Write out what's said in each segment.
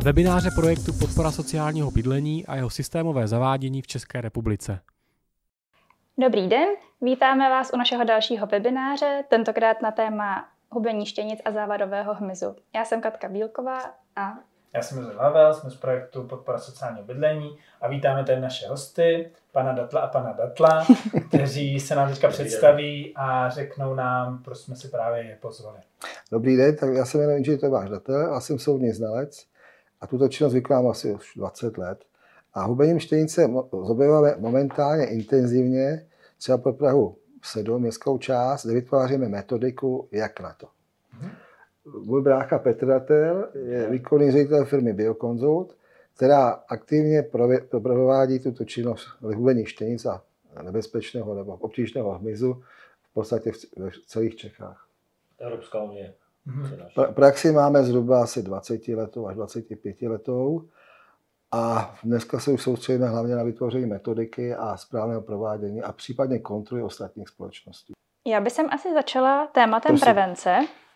webináře projektu Podpora sociálního bydlení a jeho systémové zavádění v České republice. Dobrý den, vítáme vás u našeho dalšího webináře, tentokrát na téma hubení štěnic a závadového hmyzu. Já jsem Katka Bílková a... Já jsem Josef Havel, jsme z projektu Podpora sociálního bydlení a vítáme tady naše hosty, pana Datla a pana Datla, kteří se nám teďka představí a řeknou nám, proč jsme si právě je pozvali. Dobrý den, tak já se jmenuji inženýr Tomáš Datl a jsem soudní znalec a tuto činnost vykonám asi už 20 let. A hubením štěnice zabýváme momentálně intenzivně, třeba pro Prahu 7, městskou část, kde vytváříme metodiku, jak na to. Můj brácha Petr Datl je výkonný ředitel firmy Biokonzult, která aktivně provádí tuto činnost hubení štěnic a nebezpečného nebo obtížného hmyzu v podstatě v celých Čechách. Evropská unie. Praxi máme zhruba asi 20 letou až 25 letou a dneska se už soustředíme hlavně na vytvoření metodiky a správného provádění a případně kontroly ostatních společností. Já bych asi začala tématem prevence.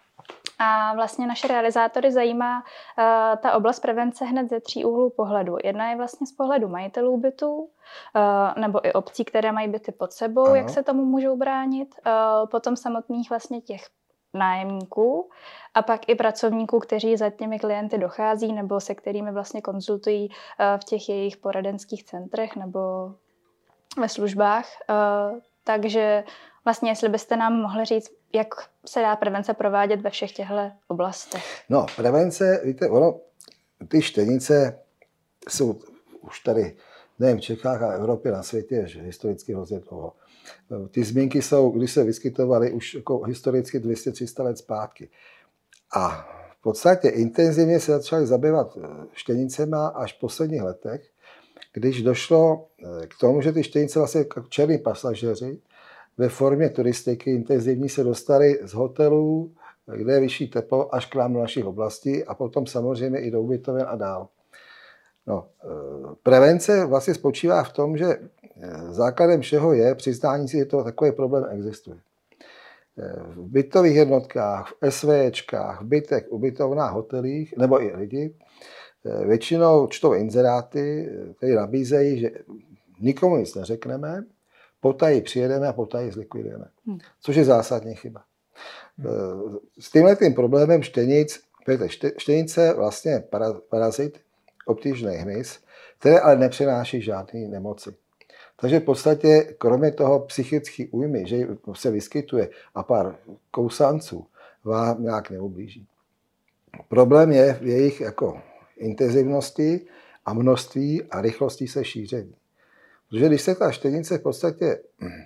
A vlastně naše realizátory zajímá ta oblast prevence hned ze 3 úhlů pohledu. Jedna je vlastně z pohledu majitelů bytů, nebo i obcí, které mají byty pod sebou, ano. Jak se tomu můžou bránit, potom samotných vlastně těch nájemníků a pak i pracovníků, kteří za těmi klienty dochází nebo se kterými vlastně konzultují v těch jejich poradenských centrech nebo ve službách. Takže vlastně, jestli byste nám mohli říct, jak se dá prevence provádět ve všech těchto oblastech? No, prevence, víte, ty štěnice jsou už tady, nejen v Čechách a Evropě, na světě, že historicky hrozně dlouho. Ty zmínky jsou, když se vyskytovaly už jako historicky 200-300 let zpátky. A v podstatě intenzivně se začali zabývat štěnicema až v posledních letech, když došlo k tomu, že ty štěnice vlastně jako černí pasažéři ve formě turistiky intenzivní se dostali z hotelů, kde je vyšší teplo, až k nám do našich oblastí a potom samozřejmě i do ubytoven a dál. No, prevence vlastně spočívá v tom, že základem všeho je přiznání si, že to takový problém existuje. V bytových jednotkách, v SVčkách, v bytech, ubytovnách, hotelích nebo i lidi většinou čtou inzeráty, které nabízejí, že nikomu nic neřekneme, potají přijedeme a potají zlikvidujeme. Což je zásadní chyba. S tímhletým problémem štěnic, štěnice vlastně parazit, obtížný hmyz, který ale nepřenáší žádné nemoci. Takže v podstatě, kromě toho psychické újmy, že se vyskytuje a pár kousanců, vám nějak neublíží. Problém je v jejich jako intenzivnosti a množství a rychlosti se šíření. Protože když se ta štěnice v podstatě,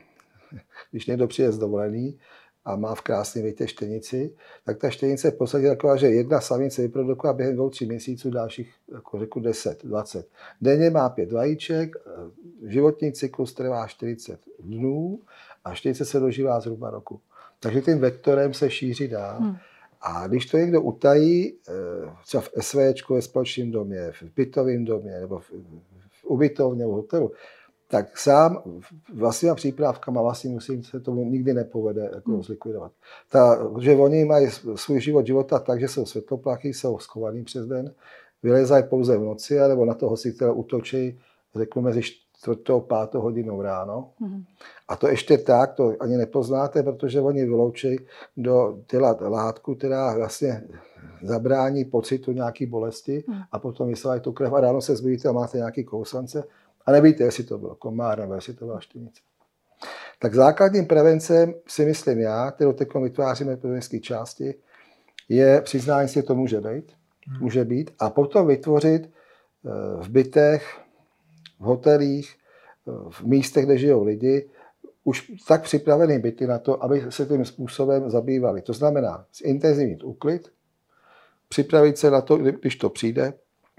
když někdo přijde z dovolený a má v krásném větě štěnici, tak ta štěnice je v podstatě taková, že jedna samice vyprodukuje během 2-3 měsíců dalších, jako řeknu 10, 20. Denně má 5 vajíček, životní cyklus trvá 40 dnů a štěnice se dožívá zhruba roku. Takže tím vektorem se šíří dál. A když to někdo utají, třeba v SVčku, ve společném domě, v bytovém domě nebo v ubytovně, v hotelu, tak sám vlastníma přípravkama vlastně musím se tomu nikdy nepovede jako zlikvidovat. Protože oni mají svůj života tak, že jsou světloplachy, jsou schovaný přes den, vylezají pouze v noci, nebo na toho hostitele útočí, řeknu mezi 4. a 5. hodinou ráno. A to ještě tak, to ani nepoznáte, protože oni vyloučí do těla látku, která vlastně zabrání pocitu nějaké bolesti a potom vysílají tu krev a ráno se zbudíte a máte nějaký kousance a nevíte, jestli to byl komár nebo jestli to byla štěnice. Tak základním prevencem si myslím já, kterou teď vytváříme v prvenské části, je přiznání si, že to může být a potom vytvořit v bytech, v hotelích, v místech, kde žijou lidi, už tak připravený byty na to, aby se tím způsobem zabývali. To znamená zintenzivnit úklid, připravit se na to, když to přijde,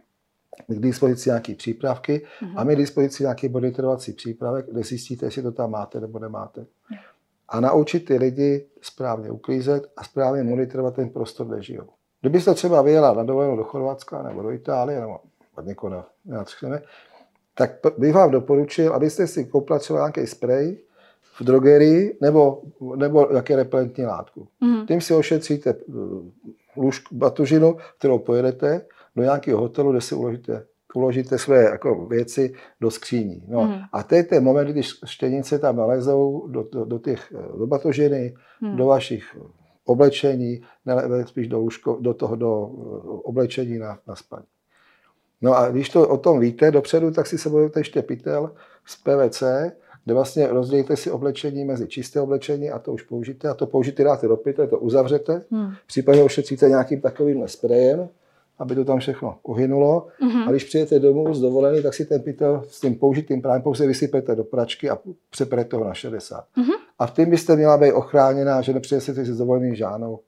k dispozici nějaké přípravky a mít k dispozici nějaký monitorovací přípravek, kde zjistíte, jestli to tam máte nebo nemáte. A naučit ty lidi správně uklízet a správně monitorovat ten prostor, kde žijou. Kdybyste třeba vyjela na dovolenou do Chorvatska nebo do Itálie, nebo od někoho nenatřkneme, tak bych vám doporučil, abyste si koupili třeba nějaký sprej v drogerii nebo jaké repelentní látku. Tím si ošetříte batužinu, kterou pojedete, do nějakého hotelu, kde si uložíte své jako věci do skříní. No. A to je ten moment, když štěnice tam nalezou do batožiny, do vašich oblečení, spíš do oblečení na spaní. No a když to o tom víte dopředu, tak si sebujete ještě pytel z PVC, kde vlastně rozdělíte si oblečení mezi čisté oblečení a to už použijte. A to použijte dáte do pytle, to uzavřete. Případně ošetříte nějakým takovým sprejem, aby to tam všechno uhynulo. A když přijete domů z dovolený, tak si ten pytel s tím použitým právě pouze vysypete do pračky a přeperete toho na 60. A v tím byste měla být ochráněná, že nepřinesete si z dovolený žádnou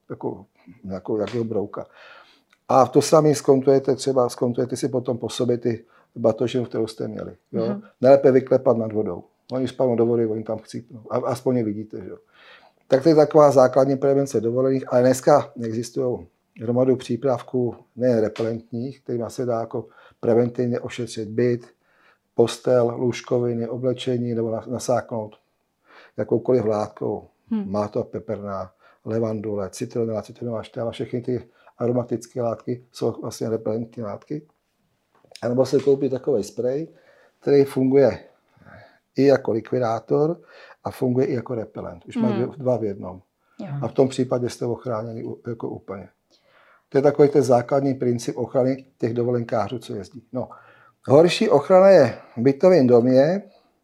jako brouka. A to sami zkontujete si potom po sobě ty batožinu, kterou jste měli. Jo? Nejlépe vyklepat nad vodou. Oni spadnou do vody, oni tam chcípnou. A aspoň je vidíte. Že? Tak to je taková základní prevence dovolených, ale dneska existují hromadu přípravků nejen repelentních, kterými se dá jako preventivně ošetřit byt, postel, lůžkoviny, oblečení nebo nasáknout jakoukoliv látkou. Máto peperná, levandule, citronová šťáva, všechny ty aromatické látky jsou vlastně repelentní látky. A nebo se koupí takový sprej, který funguje i jako likvidátor a funguje i jako repelent. Už má dva v jednom. A v tom případě jste ochráněni jako úplně. To je takový ten základní princip ochrany těch dovolenkářů, co jezdí. No. Horší ochrana je v bytovém domě.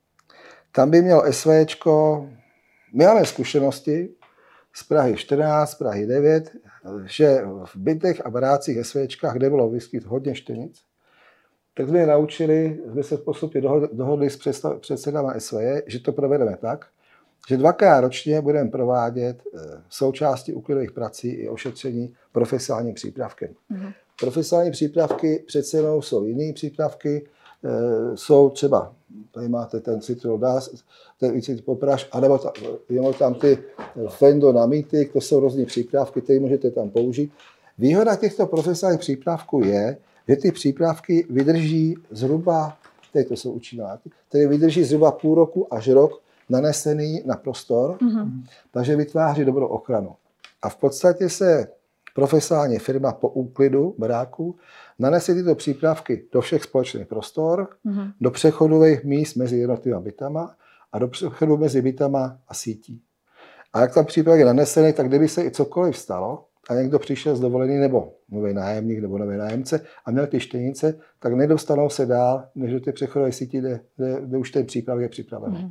Tam by mělo SVčko, my máme zkušenosti z Prahy 14, z Prahy 9, že v bytech a barácích SVčkách, kde bylo vyskyt hodně štěnic, tak jsme je naučili, jsme se postupně dohodli s předsedama SVJ, že to provedeme tak, že 2krát ročně budeme provádět součástí úklidových prací i ošetření profesionálním přípravkem. Profesionální přípravky přece jenom jsou jiné přípravky, jsou třeba, tady máte ten citrodás, ten popraž, anebo tam ty fendonamity, to jsou různé přípravky, které můžete tam použít. Výhoda těchto profesionálních přípravků je, že ty přípravky vydrží zhruba, tady to jsou účinky, které vydrží zhruba půl roku až rok nanesený na prostor, takže vytváří dobrou ochranu. A v podstatě se profesionální firma po úklidu baráků nanese tyto přípravky do všech společných prostor, do přechodových míst mezi jednotlivými bytama a do přechodu mezi bytama a sítí. A jak tam přípravek je nanesený, tak kdyby se i cokoliv stalo a někdo přišel z dovolený nebo nový nájemník nebo nový nájemce a měl ty štěnice, tak nedostanou se dál, než do té přechodové sítí, kde už ten přípravek je připravený.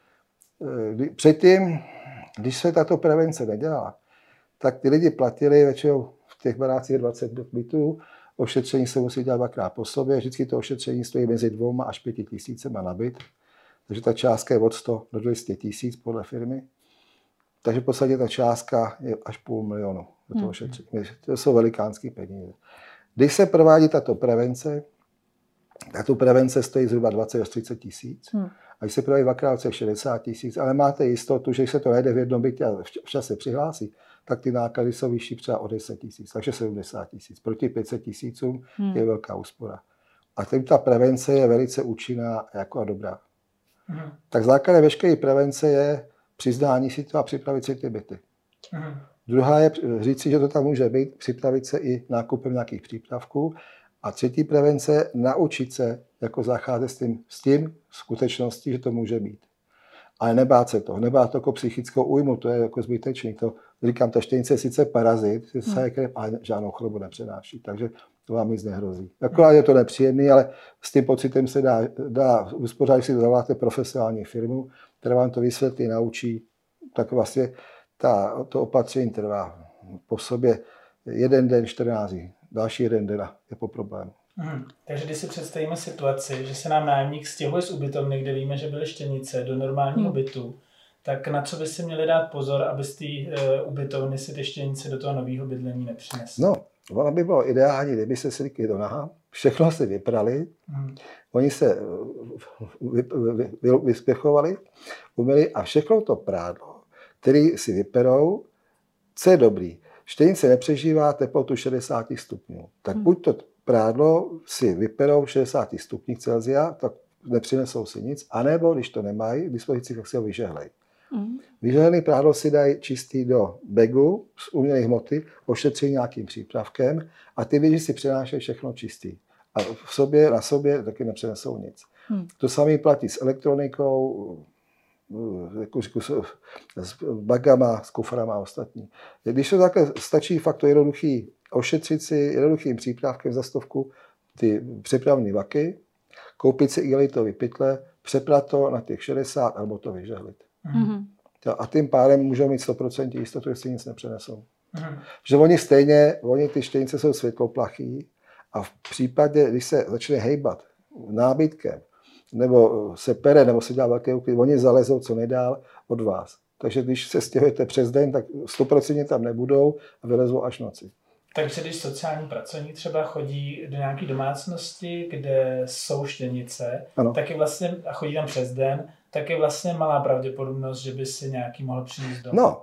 Předtím, když se tato prevence nedělala, tak ty lidi platili většinou v těch barácích 20 bytů, ošetření se musí dělat 2krát po sobě, vždycky to ošetření stojí mezi 2 až 5 tisícema na byt, takže ta částka je od 100 do 200 tisíc podle firmy, takže v podstatě ta částka je až 500 000 do toho ošetření. To jsou velikánské peníze. Když se provádí tato prevence stojí zhruba 20 až 30 tisíc. A když se provádí 2krát 60 tisíc, ale máte jistotu, že když se to najde v jednom bytě a včas se přihlásí, tak ty náklady jsou vyšší třeba o 10 tisíc, takže 70 tisíc. Proti 500 tisícům je velká úspora. A ta prevence je velice účinná jako a dobrá. Tak základem veškeré prevence je přiznání si to a připravit si ty byty. Druhá je říct si, že to tam může být, připravit se i nákupem nějakých přípravků. A třetí prevence, naučit se jako zacházet s tím skutečností, že to může být. Ale nebát se toho, nebát to jako psychickou újmu, to je jako zbytečný. To, říkám, ta štěnice je sice parazit, ale žádnou chorobu nepřenáší, takže to vám nic nehrozí. Akorát je to nepříjemný, ale s tím pocitem se dá uspořádat, si zavoláte profesionální firmu, která vám to vysvětlí, naučí, tak vlastně to opatření trvá po sobě 1 den, 14 dní. Další 1 den je po problému. Takže když si představíme situaci, že se nám nájemník stěhuje z ubytovny, kde víme, že byly štěnice, do normálního bytu, tak na co by si měli dát pozor, aby z té ubytovny si ty štěnice do toho nového bydlení nepřinesly? No, ono by bylo ideální, kdyby se slíkli do naha, všechno si vyprali, oni se vyspěchovali, umyli a všechno to prádlo, který si vyperou, co je dobrý. Štěnice nepřežívá teplotu 60 stupňů. Tak buď to prádlo si vyperou 60 stupních Celsia, tak nepřinesou si nic, anebo když to nemají k dispozici, tak si ho vyžehlej. Vyžehlený prádlo si dají čistý do bagu z umělé hmoty, ošetří nějakým přípravkem a ty věži si přenášejí všechno čistý. A na sobě taky nepřenesou nic. To samé platí s elektronikou, s bagama, s kuframa a ostatní. Když to takhle stačí fakt to jednoduchý ošetřit si jednoduchým přípravkem za 100 ty přepravní vaky, koupit si igelitový pytle, přeprat to na těch 60 nebo to vyžehlit. A tím pádem můžou mít 100% jistotu, že si nic nepřenesou. Že oni ty štěnice jsou světloplachý a v případě, když se začne hejbat nábytkem, nebo se pere, nebo se dělá velké úklid, oni zalezou co nejdál od vás. Takže když se stěhujete přes den, tak 100% tam nebudou a vylezou až noci. Takže když sociální pracovník třeba chodí do nějaké domácnosti, kde jsou štěnice, tak je vlastně, a chodí tam přes den, tak je vlastně malá pravděpodobnost, že by si nějaký mohl přinést domů. No,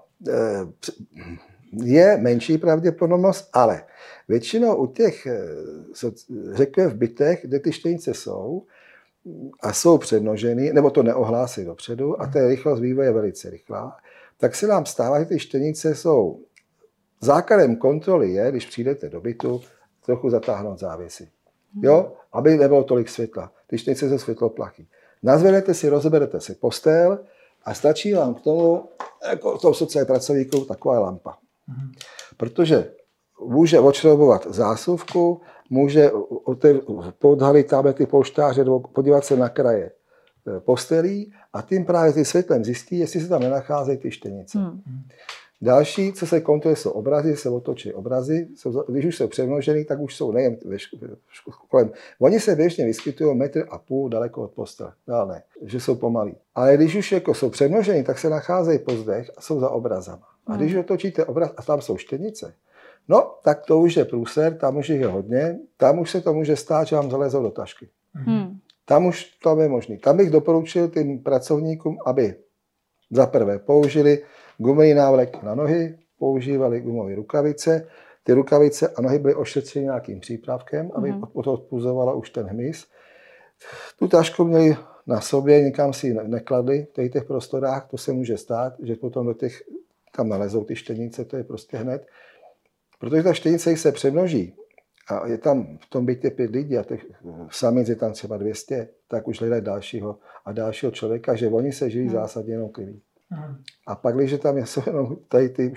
je menší pravděpodobnost, ale většinou u těch, řekněme v bytech, kde ty štěnice jsou a jsou přemnožený, nebo to neohlásí dopředu a ta rychlost vývoje je velice rychlá, tak se nám stává, že ty štěnice jsou základem kontroly je, když přijdete do bytu, trochu zatáhnout závěsy. Jo? Aby nebylo tolik světla. Ty štěnice jsou světloplachý. Nazvedete si, rozeberete si postel a stačí vám k tomu, jako tomu sociální pracovníku, taková lampa. Protože může odšroubovat zásuvku, může podhalit tam ty polštáře nebo podívat se na kraje postelí a tím právě ty světlem zjistí, jestli se tam nenacházejí ty štěnice. Další, co se kontroluje, jsou obrazy, se otočí obrazy. Když už jsou přemnožený, tak už jsou nejen kolem. Oni se běžně vyskytují 1,5 metru daleko od postele. Dál ne, že jsou pomalí. Ale když už jako jsou přemnožený, tak se nacházejí po zdech a jsou za obrazama. A když otočíte obraz a tam jsou štěnice, no, tak to už je průser, tam už je hodně, tam už se to může stát, že vám zalezou do tašky. Tam už to je možný. Tam bych doporučil tím pracovníkům, aby za prvé použili gumový návlek na nohy, používali gumové rukavice. Ty rukavice a nohy byly ošetřeny nějakým přípravkem, aby odpuzovala už ten hmyz. Tu tašku měli na sobě, nikam si ji nekladli v těch prostorách, to se může stát, že potom tam nalezou ty štěnice, to je prostě hned. Protože ta štěnice se přemnoží a je tam v tom bytě 5 lidí a těch samic je tam třeba 200, tak už hledají dalšího a dalšího člověka, že oni se živí zásadně jenom kliví. A pak, když tam jsou jenom tady ty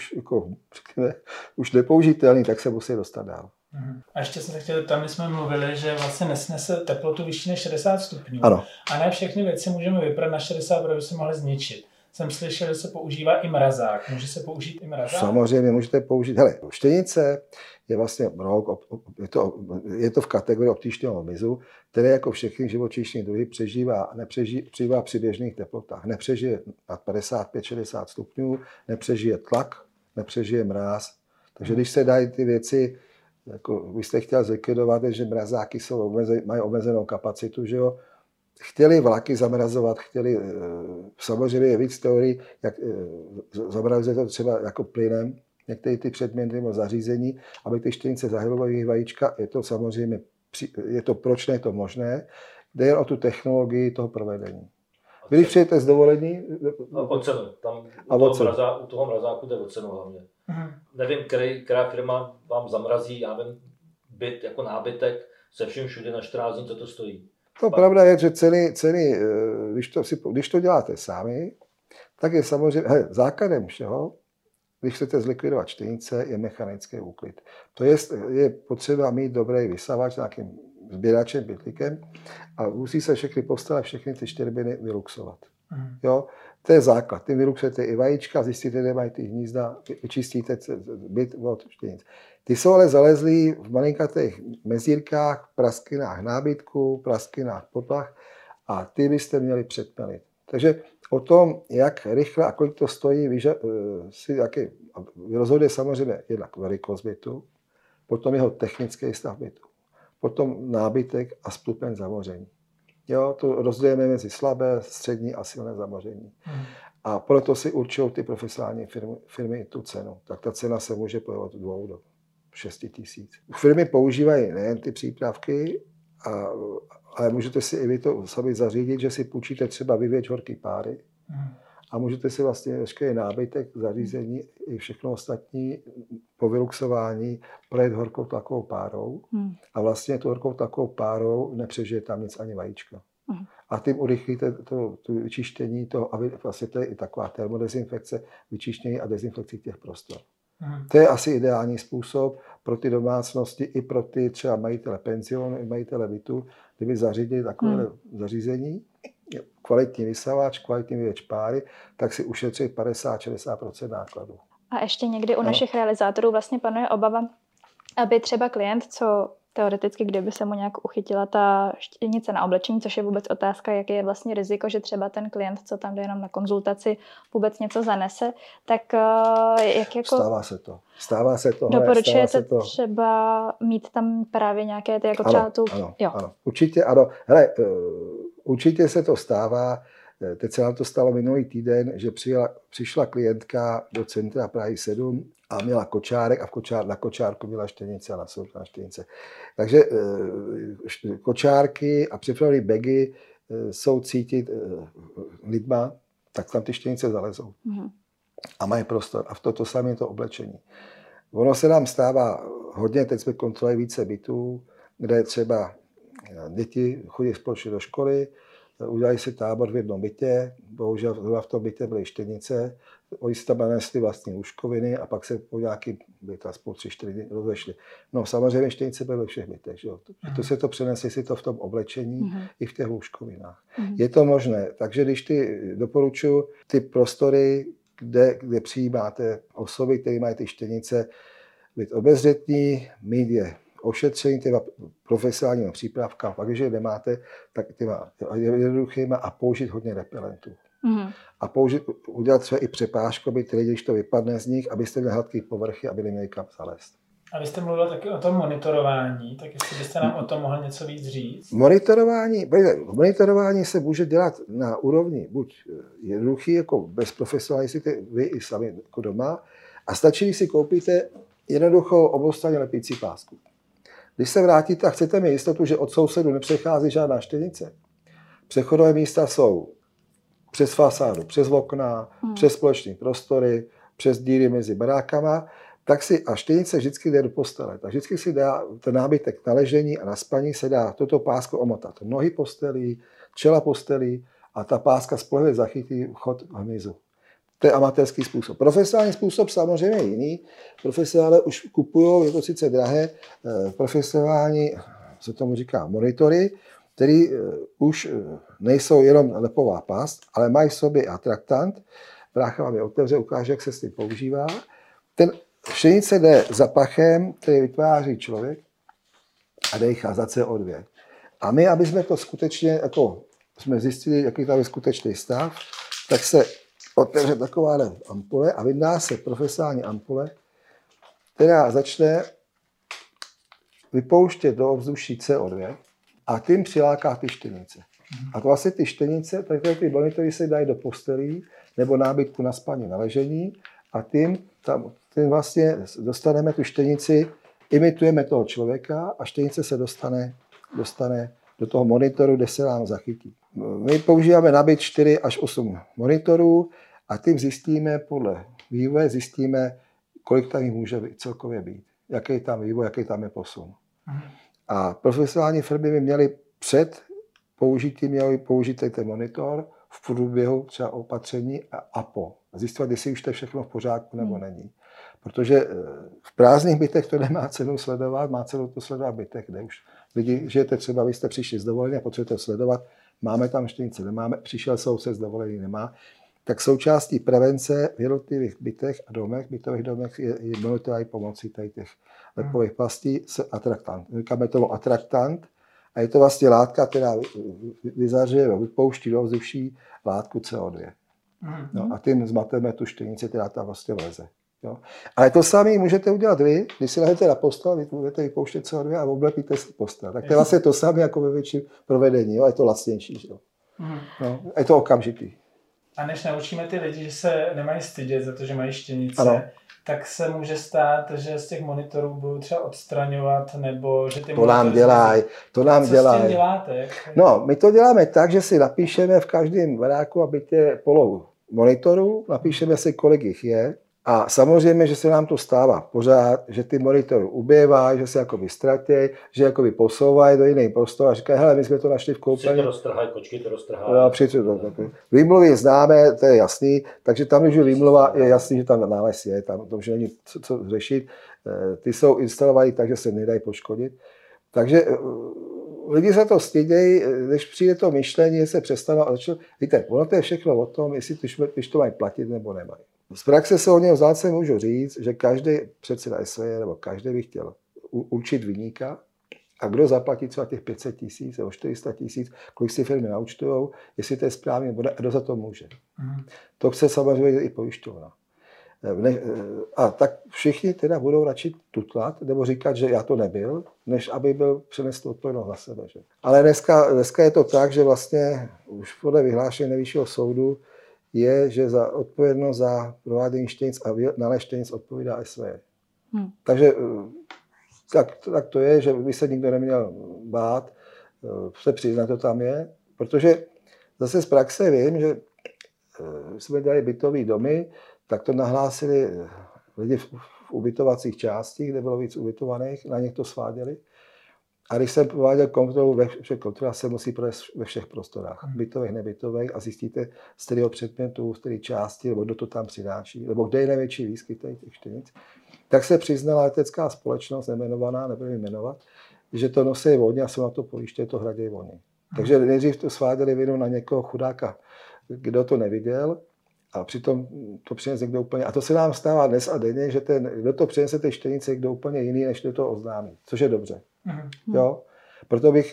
už nepoužitelný, tak se musí dostat dál. A ještě jsem se chtěl, tam jsme mluvili, že vlastně nesnese teplotu vyšší než 60 stupňů. Ano. A ne všechny věci můžeme vyprat na 60, protože se mohly zničit. Jsem slyšel, že se používá i mrazák. Může se použít i mrazák? Samozřejmě můžete použít. Hele, štěnice je vlastně je to v kategorii obtížného hmyzu, který jako všechny živočišní druhy přežívá při běžných teplotách. Nepřežije nad 55-60 stupňů, nepřežije tlak, nepřežije mráz. Takže když se dají ty věci, jako vy jste chtěl zlikvidovat, že mrazáky mají omezenou kapacitu, že jo? Chtěli vlaky zamrazovat, samozřejmě je víc teorií, jak zamrazuje to třeba jako plynem, některé ty předměty nebo zařízení, aby ty štěnice zahylovaly vajíčka, je to samozřejmě, proč ne, je to možné, jde jen o tu technologii toho provedení. Vy když přijete z dovolení... O cenu, tam u toho mrazáku jde o cenu hlavně. Nevím, která firma vám zamrazí, já vím, byt jako nábytek se vším všude na 14 dní, co to stojí. To pravda je, že ceny když to děláte sami, tak je samozřejmě základem všeho, když chcete zlikvidovat štěnice, je mechanický úklid. To je potřeba mít dobrý vysavač s nějakým sběračem, pytlíkem a musí se všechny postele, všechny ty štěrbiny vyluxovat. Jo? To je základ. Tím vyluxujete i vajíčka, zjistíte, kde mají ty hnízda, vyčistíte byt od štěnic. Ty jsou ale zalezlí v malinkatých mezírkách, prasklinách nábytku, prasklinách podlah a ty byste měli předmelit. Takže o tom, jak rychle a kolik to stojí, rozhoduje samozřejmě jednak velikost bytu, potom jeho technický stav bytu, potom nábytek a stupeň zamoření. Jo, to rozdělíme mezi slabé, střední a silné zamoření. A proto si určují ty profesionální firmy tu cenu. Tak ta cena se může pohybovat od 2 do 6 000. Firmy používají nejen ty přípravky, ale můžete si i vy to sami zařídit, že si půjčíte třeba vyvěč horký páry a můžete si vlastně veškerý nábytek, zařízení i všechno ostatní po vyluxování projet horkou tlakovou párou a vlastně tu horkou tlakovou párou nepřežije tam nic ani vajíčka. A tím urychlíte to vyčištění toho, a vlastně to je i taková termodezinfekce, vyčištění a dezinfekci těch prostor. To je asi ideální způsob pro ty domácnosti i pro ty třeba majitele penzionu, i majitele bytu, kdyby zařídili takové zařízení, kvalitní vysavač, kvalitní vyvěč páry, tak si ušetří 50-60% nákladů. A ještě někdy u našich realizátorů vlastně panuje obava, aby třeba klient, co teoreticky, kdyby se mu nějak uchytila ta štěnice na oblečení, což je vůbec otázka, jaký je vlastně riziko, že třeba ten klient, co tam jde jenom na konzultaci, vůbec něco zanese, tak jak jako... Stává se to. Doporučujete třeba mít tam právě nějaké ty jako třeba tu... Ano, určitě ano. Hele, určitě se to stává. Teď se nám to stalo minulý týden, že přišla klientka do centra Prahy 7 a měla kočárek a na kočárku měla štěnice a na sobě štěnice. Takže kočárky a připravené bagy jsou cítit lidma, tak tam ty štěnice zalezou. A mají prostor. A v to samé je to oblečení. Ono se nám stává hodně, teď jsme kontrolovali více bytů, kde třeba děti chodí společně do školy, udělali si tábor v jednom bytě, bohužel v tom bytě byly štěnice, oni si tam nanesli vlastní lůžkoviny a pak se po nějaký byt, aspoň 3-4 dny rozešli. No samozřejmě štěnice byly ve všech bytech, že? To se to přenesli si to v tom oblečení i v těch lůžkovinách. Je to možné, takže když doporučuji ty prostory, kde přijímáte osoby, které mají ty štěnice, být obezřetní, mít je ošetření těma profesionálníma přípravkama, pak když je nemáte, tak těma jednoduchýma a použít hodně repelentů. A udělat třeba i přepážku, aby ty lidi, když to vypadne z nich, abyste měli hladký povrchy, aby neměli kam zalézt. A vy jste mluvil taky o tom monitorování, tak jestli byste nám o tom mohl něco víc říct? Monitorování se může dělat na úrovni buď jednoduchý, jako bez profesionálů, vy i sami jako doma, a stačí, když si koupíte jednoduchou oboustranně lepící pásku. Když se vrátíte a chcete mít jistotu, že od sousedu nepřechází žádná štěnice, přechodové místa jsou přes fasádu, přes okna, přes společné prostory, přes díry mezi barákama, tak si a štěnice vždycky jde do postele. Tak vždycky si dá ten nábytek na ležení a na spaní se dá tuto pásku omotat. Nohy postelí, čela postelí a ta páska spolehlivě zachytí vchod hmyzu. To je amatérský způsob. Profesionální způsob samozřejmě je jiný. Profesionálé už kupují, je to sice drahé, profesionální, co tomu říká, monitory, které už nejsou jenom lepová past, ale mají v sobě atraktant. Brácha vám je otevře, ukáže, jak se s tím používá. Ten štěnice jde za pachem, který vytváří člověk a dejchá za CO2. A my, aby jsme to skutečně, jako jsme zjistili, jaký tam je skutečný stav, tak se otevře taková ampule a vydá se profesionální ampule, která začne vypouštět do ovzduší CO2 a tím přiláká ty štěnice. A to vlastně ty štěnice, takové ty monitory se dají do postelí nebo nábytku na spaní na ležení a tím vlastně dostaneme tu štěnici, imitujeme toho člověka a štěnice se dostane do toho monitoru, kde se nám zachytí. My používáme nabít 4 až 8 monitorů a tím zjistíme, podle vývoje zjistíme, kolik tam jich může celkově být. Jaký je tam vývoj, jaký tam je posun. A profesionální firmy by měly před použitím použít ten monitor v průběhu třeba opatření a po. Zjistovat, jestli už to je všechno v pořádku nebo není. Protože v prázdných bytech to nemá cenu sledovat, má cenu to sledovat v bytech, kde už lidi žijete, třeba vy jste přišli z dovolení a potřebujete sledovat, máme tam štěnice, nemáme, přišel soused z dovolení, nemá. Tak součástí prevence v jednotlivých bytech a bytových domech je monitorování pomocí těch lepových pastí s atraktant. Říkáme tomu atraktant a je to vlastně látka, která vyzařuje, vypouští do ovzduší látku CO2. No, a tím zmateme tu štěnici, která tam vlastně vleze. Jo. Ale to samé můžete udělat vy, když si lehnete na postel, vy budete vypouštět CO2 a oblepíte si postel. Tak to je vlastně to samé jako ve větším provedení, jo. Je to lacnější. Jo. No, je to okamžitý. A než naučíme ty lidi, že se nemají stydět za to, že mají štěnice, ano, tak se může stát, že z těch monitorů budou třeba odstraňovat, nebo že ty to nám dělají. Co s tím děláte? No, my to děláme tak, že si napíšeme v každém baráku a bytě monitorů, napíšeme si, kolik jich je. A samozřejmě, že se nám to stává pořád, že ty monitory ubývají, že se jakoby ztratí, že jakoby posouvají do jiných prostor a říkají, hele, my jsme to našli v koupelně. To roztrhají, kočky to roztrhají. Výmluvy známe, to je jasný, takže tam, když je výmluva, je jasný, že tam nález je, tam to už není co řešit. Ty jsou instalovaný tak, že se nedají poškodit. Takže lidi se to stydějí, když přijde to myšlení, se přestanou. Víte, ono to je všechno o tom, jestli když to mají platit nebo nemají. Z praxe se o něm vzácně můžu říct, že každý předseda SVJ nebo každý by chtěl určit viníka a kdo zaplatí třeba těch 500 000 nebo 400 000, kolik si firmy naúčtujou, jestli to je správně nebo ne, a kdo za to může. To chce samozřejmě i pojišťovna. A tak všichni teda budou radši tutlat nebo říkat, že já to nebyl, než aby byl přenesl odpovědnost na sebe. Že? Ale dneska je to tak, že vlastně už podle vyhlášení Nejvyššího soudu je, že za odpovědnost za provádění štěnic a nález štěnic odpovídá SVJ. Takže tak to je, že by se nikdo neměl bát se přiznat, to tam je, protože zase z praxe vím, že jsme dělali bytové domy, tak to nahlásili lidi v ubytovacích částích, kde bylo víc ubytovaných, na ně to sváděli. A když jsem prováděl kontrolu, všech kontrolách se musí provést ve všech prostorách, bytových, nebytových, a zjistíte, z kterého předmětu, z které části, nebo kdo to tam přináší, nebo kde je největší výskyt těch štěnic. Tak se přiznala letecká společnost, nejmenovaná, nebudu jmenovat, že to nosí vodně a jsou na to pojištěni, to hradějí oni. Takže nejdřív to sváděli vinu na někoho chudáka, kdo to neviděl, a přitom to přinese někdo úplně. A to se nám stává dnes a denně, že kdo to přinese té štěnice, kdo úplně jiný, než kdo to oznámí. Což je dobře. Jo? Proto bych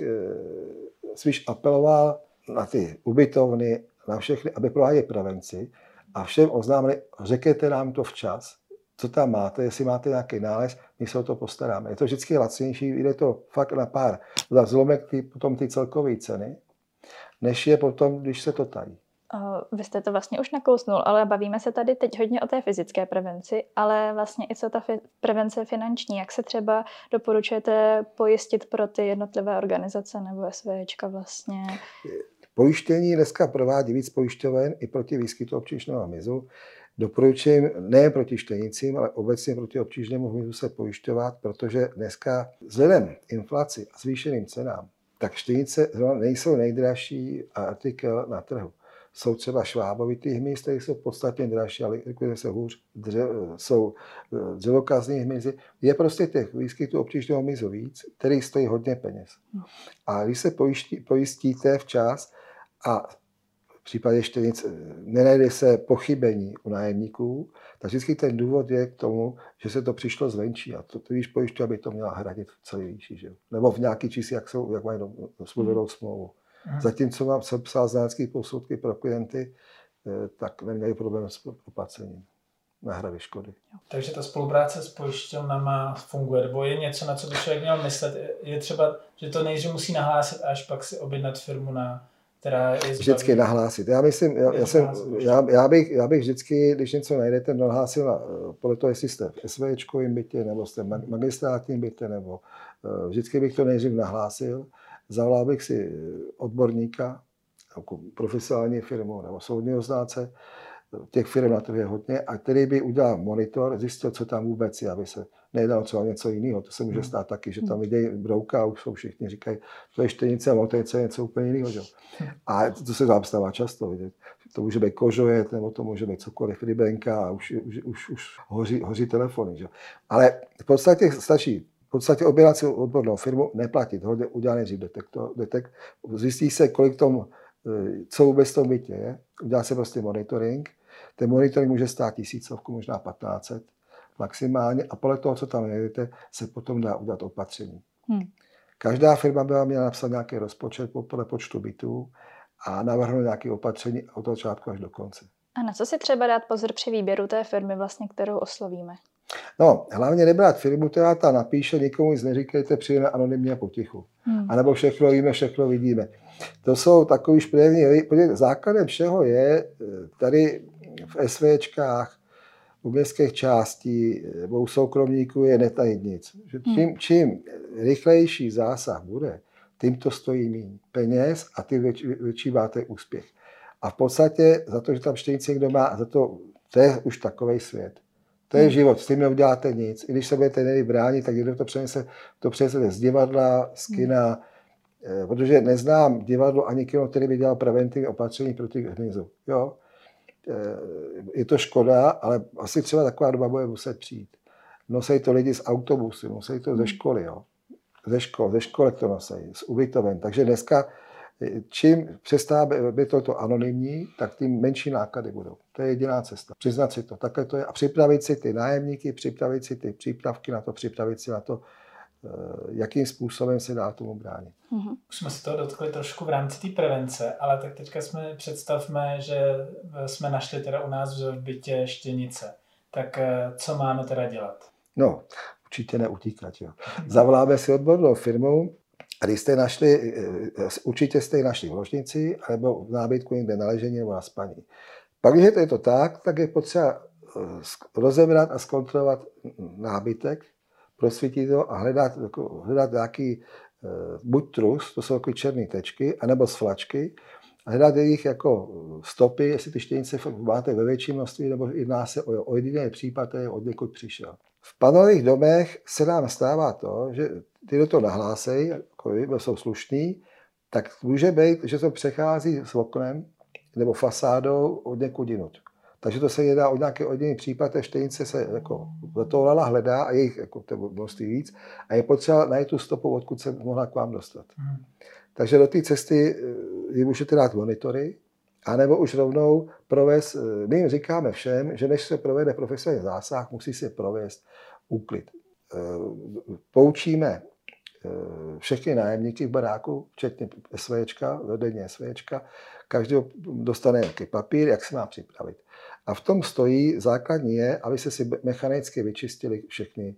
spíš apeloval na ty ubytovny, na všechny, aby prováděli prevenci a všem oznámili, řekněte nám to včas, co tam máte, jestli máte nějaký nález, my se o to postaráme. Je to vždycky lacnější, jde to fakt na pár zlomek potom ty celkové ceny, než je potom, když se to tají. Vy jste to vlastně už nakousnul, ale bavíme se tady teď hodně o té fyzické prevenci, ale vlastně i co ta prevence finanční, jak se třeba doporučujete pojistit pro ty jednotlivé organizace nebo SVJčka vlastně? Pojištění dneska provádí víc pojišťoven i proti výskytu občičného hmyzu. Doporučuji nejen proti štěnicím, ale obecně proti občičnému hmyzu se pojišťovat, protože dneska vzhledem inflaci a zvýšeným cenám, tak štěnice nejsou nejdražší artikel na trhu. Jsou třeba švábovitý hmyz, které jsou podstatně dražší, ale se hůř, jsou dřevokazní hmyzy. Je prostě těch výskytů občičného hmyzu víc, který stojí hodně peněz. A když se pojistíte včas a v případě štěnic nenajde se pochybení u nájemníků, tak vždycky ten důvod je k tomu, že se to přišlo zvenčí a to víš pojišťovna, aby to měla hradit v celé výši. Že? Nebo v nějaký čísli, jak mají smluvnou smlouvu. Zatímco jsem psal znalecké posudky pro klienty, tak neměli problém s proplacením náhrady škody. Takže ta spolupráce s pojišťovnama funguje, nebo je něco, na co by člověk měl myslet? Je třeba, že to nejdřív musí nahlásit, až pak si objednat firmu, která je zbaví. Vždycky nahlásit. Já myslím, já bych vždycky, když něco najdete, nahlásil podle toho, jestli jste v SVJčkovém bytě, nebo jste v magistrátním bytě, nebo vždycky bych to nejdřív nahlásil. Zavolal bych si odborníka, jako profesionální firmu nebo soudního znalce, těch firm na to je hodně, a který by udělal monitor, zjistil, co tam vůbec je, aby se nedalo třeba něco jiného. To se může stát taky, že tam vidějí brouka a už jsou všichni říkají, to je štěnice a motorice je něco úplně jiného. Že? A to se vám stává často vidět. To může být kožojet, nebo to může být cokoliv, rybenka a už hoří telefony. Že? Ale v podstatě stačí objednat si odbornou firmu, neplatit, hodně udělat nejdřív detekt, zjistí se, kolik tom, co vůbec v tom bytě je, udělá se prostě monitoring. Ten monitoring může stát 1000, možná 1500 maximálně a podle toho, co tam najdete, se potom dá udělat opatření. Každá firma by měla napsat nějaký rozpočet podle počtu bytů a navrhnout nějaké opatření od začátku až do konce. A na co si třeba dát pozor při výběru té firmy, vlastně, kterou oslovíme? No, hlavně nebrát firmu, která ta napíše, nikomu nic neříkejte, přijde anonymně a potichu. A nebo všechno víme, všechno vidíme. To jsou takový špinavý. Základem všeho je tady v SVčkách, u městských částí nebo u soukromníků je netajit nic. Čím rychlejší zásah bude, tím to stojí méně peněz a tím větší máte úspěch. A v podstatě za to, že tam štenici někdo má, to je už takovej svět. To je život, s tím neuděláte nic. I když se budete někdy bránit, tak někdo to přenese z divadla, z kina, protože neznám divadlo ani kino, který by dělal preventivní opatření proti hmyzu. Jo? Je to škoda, ale asi třeba taková doba bude muset přijít. Nosí to lidi z autobusy, nosí to ze školy. Jo? Ze školy to nosí, z ubytoven. Takže dneska, čím přestává být to anonymní, tak tím menší náklady budou. To je jediná cesta. Přiznat si to. Takhle to je. A připravit si ty nájemníky, připravit si ty přípravky na to, připravit si na to, jakým způsobem se dá tomu bránit. Už jsme se toho dotkli trošku v rámci té prevence, ale tak teďka představme, že jsme našli teda u nás v bytě štěnice. Tak co máme teda dělat? No, určitě neutíkat. Jo. Zavoláme si odbornou firmu, a když jste našli, určitě jste ji našli v ložnici, nebo v nábytku někde na ležení nebo na spaní. Pak, když je to tak je potřeba rozebrat a zkontrolovat nábytek, prosvítit to a hledat nějaký buď trus, to jsou takové černé tečky, anebo sflačky, a hledat jejich jako stopy, jestli ty štěnice máte ve větším množství, nebo jedná se o jediný případ, který od někud přišel. V panelových domech se nám stává to, že ty do toho nahlásej, jako jsou slušný, tak může být, že to přechází s oknem nebo fasádou od někud jinut. Takže to se jedná o nějaký jediný případ, té štenice se jako do toho lala hledá a jejich jako to množství víc a je potřeba najít tu stopu, odkud se mohla k vám dostat. Takže do té cesty ji můžete dát monitory, anebo už rovnou provést, my jim říkáme všem, že než se provede profesionální zásah, musí se provést úklid. Poučíme všechny nájemníky v baráku, včetně SVčka, vedení SVčka, každý dostane nějaký papír, jak se má připravit. A v tom stojí, základní je, aby se si mechanicky vyčistili všechny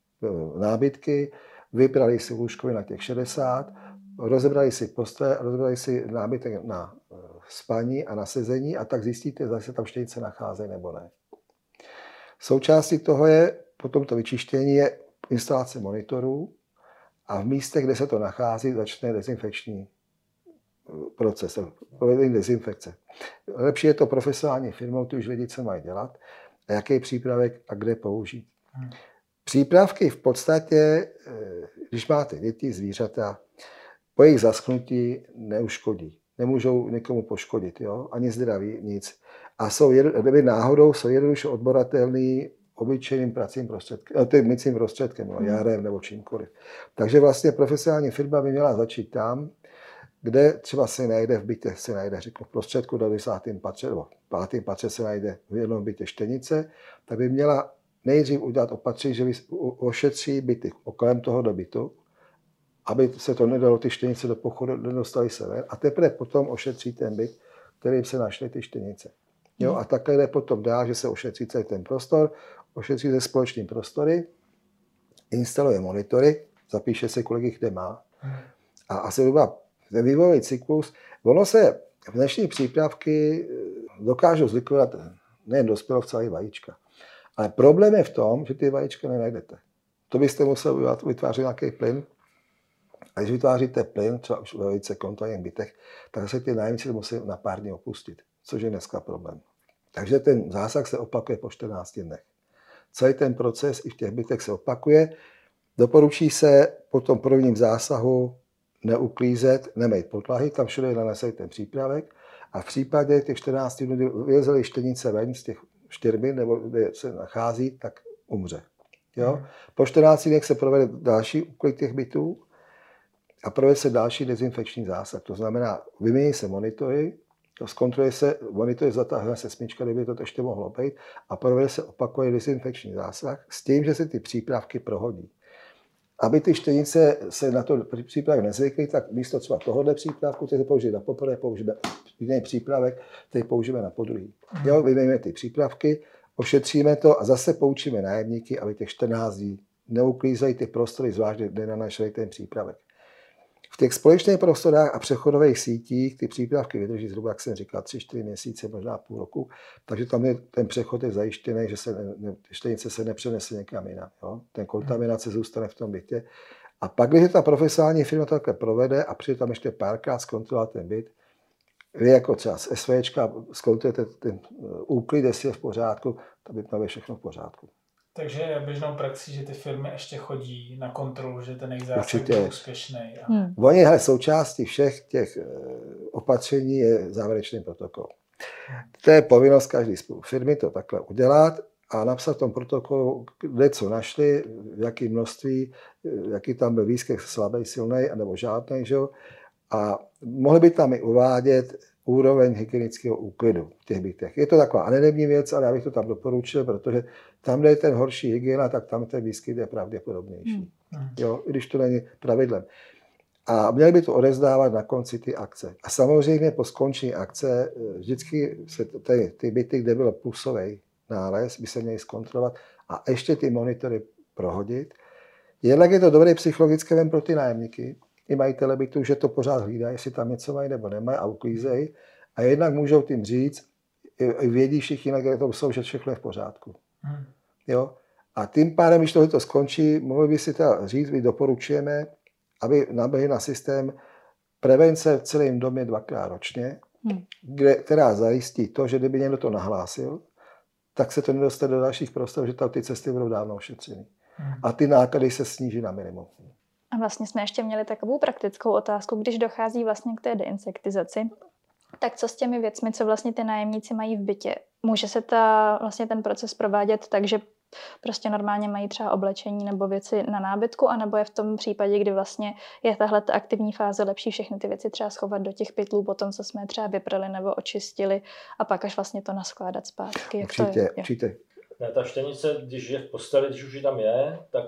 nábytky, vybrali si lůžkovi na těch 60, rozebrali si postel, rozebrali si nábytek na spaní a na sezení a tak zjistíte, zda se tam štěnice nacházejí nebo ne. Součástí toho je, potom to vyčištění je instalace monitorů a v místech, kde se to nachází, začne dezinfekční proces, provedení dezinfekce. Lepší je to profesionální firmou, ty už vědí, co mají dělat a jaký přípravek a kde použít. Přípravky v podstatě, když máte děti, zvířata, po jejich zaschnutí neuškodí. Nemůžou někomu poškodit, jo? Ani zdraví, nic. A náhodou jsou jednoduše odboratelný obyčejným pracím prostředkem, mycím prostředkem, járem nebo čímkoliv. Takže vlastně profesionální firma by měla začít tam, kde třeba se najde v bytě, řeknu, v prostředku do 10. patře, nebo 5. patře se najde v jednom bytě štenice, tak by měla nejdřív udělat opatření, že ošetří byty kolem toho bytu, aby se to nedalo ty štenice do pochodu, nedostali se ven, a teprve potom ošetří ten byt, kterým se našly ty štenice. Jo, a takhle jde potom dál, že se ošetří celý ten prostor, ošetří ze společný prostory, instaluje monitory, zapíše se, kolik jich kde má. A asi doba ten vývojový cyklus, ono se v dnešní přípravky dokážou zlikvidovat nejen dospělovce, ale i vajíčka. Ale problém je v tom, že ty vajíčka nenajdete. To byste museli vytvářet nějaký plyn. A když vytváříte plyn, třeba už ve velice kontrolních bytech, tak se ty nájemníci musí na pár dní opustit, což je dneska problém. Takže ten zásah se opakuje po 14 dnech. Celý ten proces i v těch bytech se opakuje. Doporučí se po tom prvním zásahu neuklízet, nemejt podlahy, tam všude nanesej ten přípravek a v případě těch 14 dnů, kdy vylezely štenice ven z těch štěrbin, nebo kde se nachází, tak umře. Jo? Po 14 dnech se provede další úklid těch bytů a provede se další dezinfekční zásah. To znamená, vymění se monitory, zkontroluje se, monitory zatáhne se smyčka, kdyby to ještě mohlo být, a provede se opakuje dezinfekční zásah s tím, že se ty přípravky prohodí. Aby ty štenice se na to přípravek nezvykly, tak místo třeba tohohle přípravku, který použijeme na poprvé, použijeme jiný přípravek, který použijeme na podruhý. Jo, vyměníme ty přípravky, ošetříme to a zase poučíme nájemníky, aby těch 14 dní neuklízejí ty prostory, zvlášť kde nanašeli ten přípravek. V těch společných prostorách a přechodových sítích ty přípravky vydrží zhruba, jak jsem říkal, 3-4 měsíce, možná půl roku, takže tam ten přechod je zajištěný, že štenice se nepřenese někam jinam. Jo? Ten kontaminace zůstane v tom bytě. A pak, když ta profesionální firma to takhle provede a přijde tam ještě párkrát zkontrolovat ten byt, Vy jako třeba z SVčka zkontrolujete ten úklid, jestli je v pořádku, to by mělo všechno v pořádku. Takže je běžnou praxí, že ty firmy ještě chodí na kontrolu, že ten jejich zásah je úspěšný. Oni, součástí všech těch opatření je závěrečný protokol. To je povinnost každé firmy to takhle udělat a napsat v tom protokolu, kde co našli, v jakém množství, jaký tam byl výskyt slabý, silný, nebo žádný, že? A mohli by tam i uvádět úroveň hygienického úklidu v těch bytech. Je to taková anonymní věc, ale já bych to tam doporučil, protože tam, kde je ten horší hygiena, tak tam ten výskyt je pravděpodobnější. Jo, i když to není pravidlem. A měli by to odevzdávat na konci ty akce. A samozřejmě po skončení akce vždycky se ty byty, kde byl plusový nález, by se měly zkontrolovat a ještě ty monitory prohodit. Jednak je to dobrý psychologický vem pro ty nájemníky, i majitele bytu, že to pořád hlídají, jestli tam něco mají nebo nemají a uklízejí. A jednak můžou tím říct, vědí všichni, kde to jsou, že všechno je v pořádku. Jo? A tím pádem, když tohle skončí, mohli by si teda říct, my doporučujeme, aby naběhli na systém prevence v celém domě 2x ročně, která zajistí to, že kdyby někdo to nahlásil, tak se to nedostane do dalších prostor, že tam ty cesty budou dávno ošetřeny. A ty náklady se sníží na minimum. A vlastně jsme ještě měli takovou praktickou otázku, když dochází vlastně k té deinsektizaci, tak co s těmi věcmi, co vlastně ty nájemníci mají v bytě? Může se vlastně ten proces provádět tak, že prostě normálně mají třeba oblečení nebo věci na nábytku, anebo je v tom případě, kdy vlastně je tahle aktivní fáze lepší všechny ty věci třeba schovat do těch pytlů potom, co jsme třeba vyprali nebo očistili a pak až vlastně to naskládat zpátky. Určitě. Ne, ta štenice, když je v posteli, když už ji tam je, tak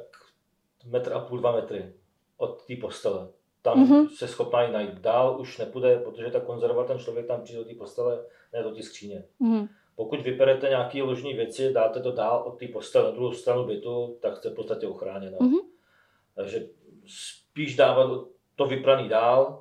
1,5 2 metry od té postele. Tam se schopná ji najít. Dál už nepůjde, protože ta konzerva, ten člověk tam přijde do té postele, ne do té skříně. Pokud vyperete nějaké ložní věci, dáte to dál od té postele na druhou stranu bytu, tak jste v podstatě ochráněna. Takže spíš dávat to vypraný dál,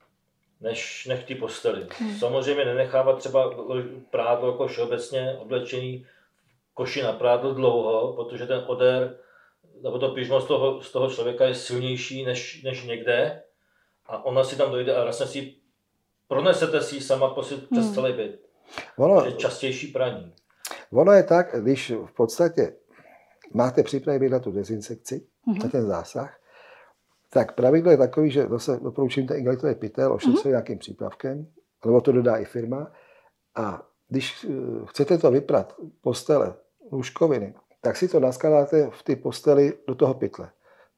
než v té posteli. Samozřejmě nenechávat třeba prádlo jako všeobecně oblečení koši na prádlo dlouho, protože ten odér nebo to pyžmo z toho člověka je silnější než někde a ona si tam dojde a vlastně si pronesete si sama přes celý byt. Je častější praní. Ono je tak, když v podstatě máte připravit na tu dezinsekci, na ten zásah, tak pravidlo je takový, že zase doporučím ten igelitový pytel ošetřit nějakým přípravkem, nebo to dodá i firma. A když chcete to vyprat, postele, lůžkoviny, tak si to naskládáte v té posteli do toho pytle.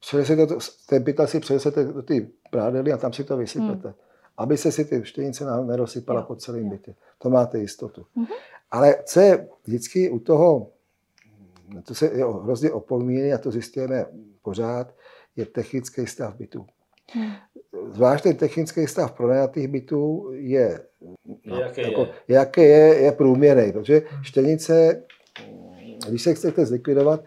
Ten pytel si přenesete do té prádely a tam si to vysypete. Aby se si ty štenice nerozsypala po celém bytě. To máte jistotu. Ale co je vždycky u toho, to se je hrozně opomíjí a to zjistíme pořád, je technický stav bytů. Zvlášť ten technický stav pronajatých bytů je průměrný, protože štenice, když se chcete zlikvidovat,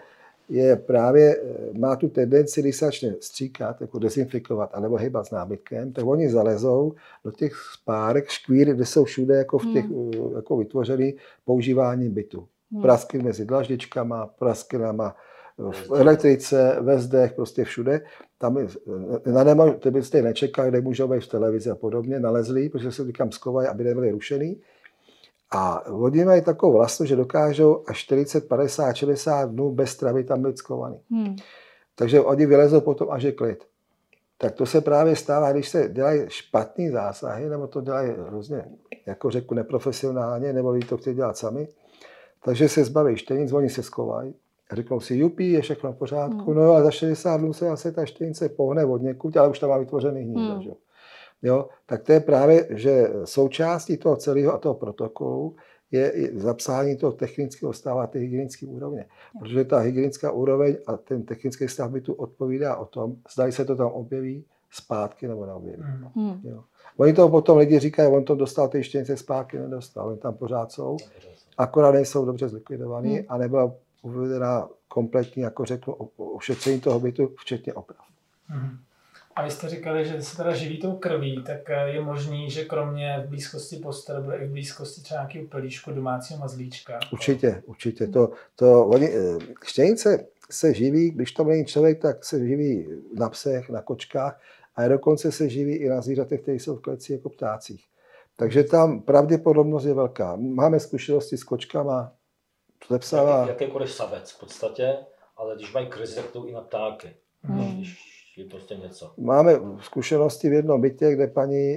má tu tendenci, když se začne stříkat, jako dezinfikovat, anebo hýbat s nábytkem, tak oni zalezou do těch spárek, škvíry, kde jsou všude jako v těch jako vytvořený používání bytu. Prasky mezi dlaždičkama, praskinama, v elektrice, ve zdech, prostě všude. Tam to byste nečekali, kde můžou být v televizi a podobně, nalezli, protože se někam skovají, aby nebyly rušený. A oni mají takovou vlastnost, že dokážou až 40, 50, 60 dnů bez stravy tam být skovaný. Takže oni vylezou potom, až je klid. Tak to se právě stává, když se dělají špatný zásahy, nebo to dělají hrozně, jako řeknu, neprofesionálně, nebo lidi to chtějí dělat sami. Takže se zbaví štenic, oni se skovají. Řeknou si, jupí, je všechno v pořádku, no a za 60 dnů se asi ta štenice pohne od někud, ale už tam má vytvořený hnízdo. Jo, tak to je právě, že součástí toho celého a toho protokolu je zapsání toho technického stavu a té hygienické úrovně. Protože ta hygienická úroveň a ten technický stav bytu odpovídá o tom, zda se to tam objeví zpátky nebo neobjeví. Jo. Oni to potom lidi říkají, on to dostal ty štenice zpátky, nedostal, oni tam pořád jsou, akorát nejsou dobře zlikvidovaný a nebyla uvedená kompletní, jako řeknu, ošetření toho bytu, včetně oprav. A vy jste říkali, že se teda živí tou krví, tak je možný, že kromě v blízkosti postele bude i v blízkosti třeba nějakého pelíšku, domácího mazlíčka? Určitě. Štenice se živí, když to není člověk, tak se živí na psech, na kočkách a dokonce se živí i na zvířatech, které jsou v kleci jako ptácích. Takže tam pravděpodobnost je velká. Máme zkušenosti s kočkama, psama. Jakýkoliv savec v podstatě, ale když mají krizi, tak jdou i na ptáky. Když je prostě něco. Máme zkušenosti v jednom bytě, kde paní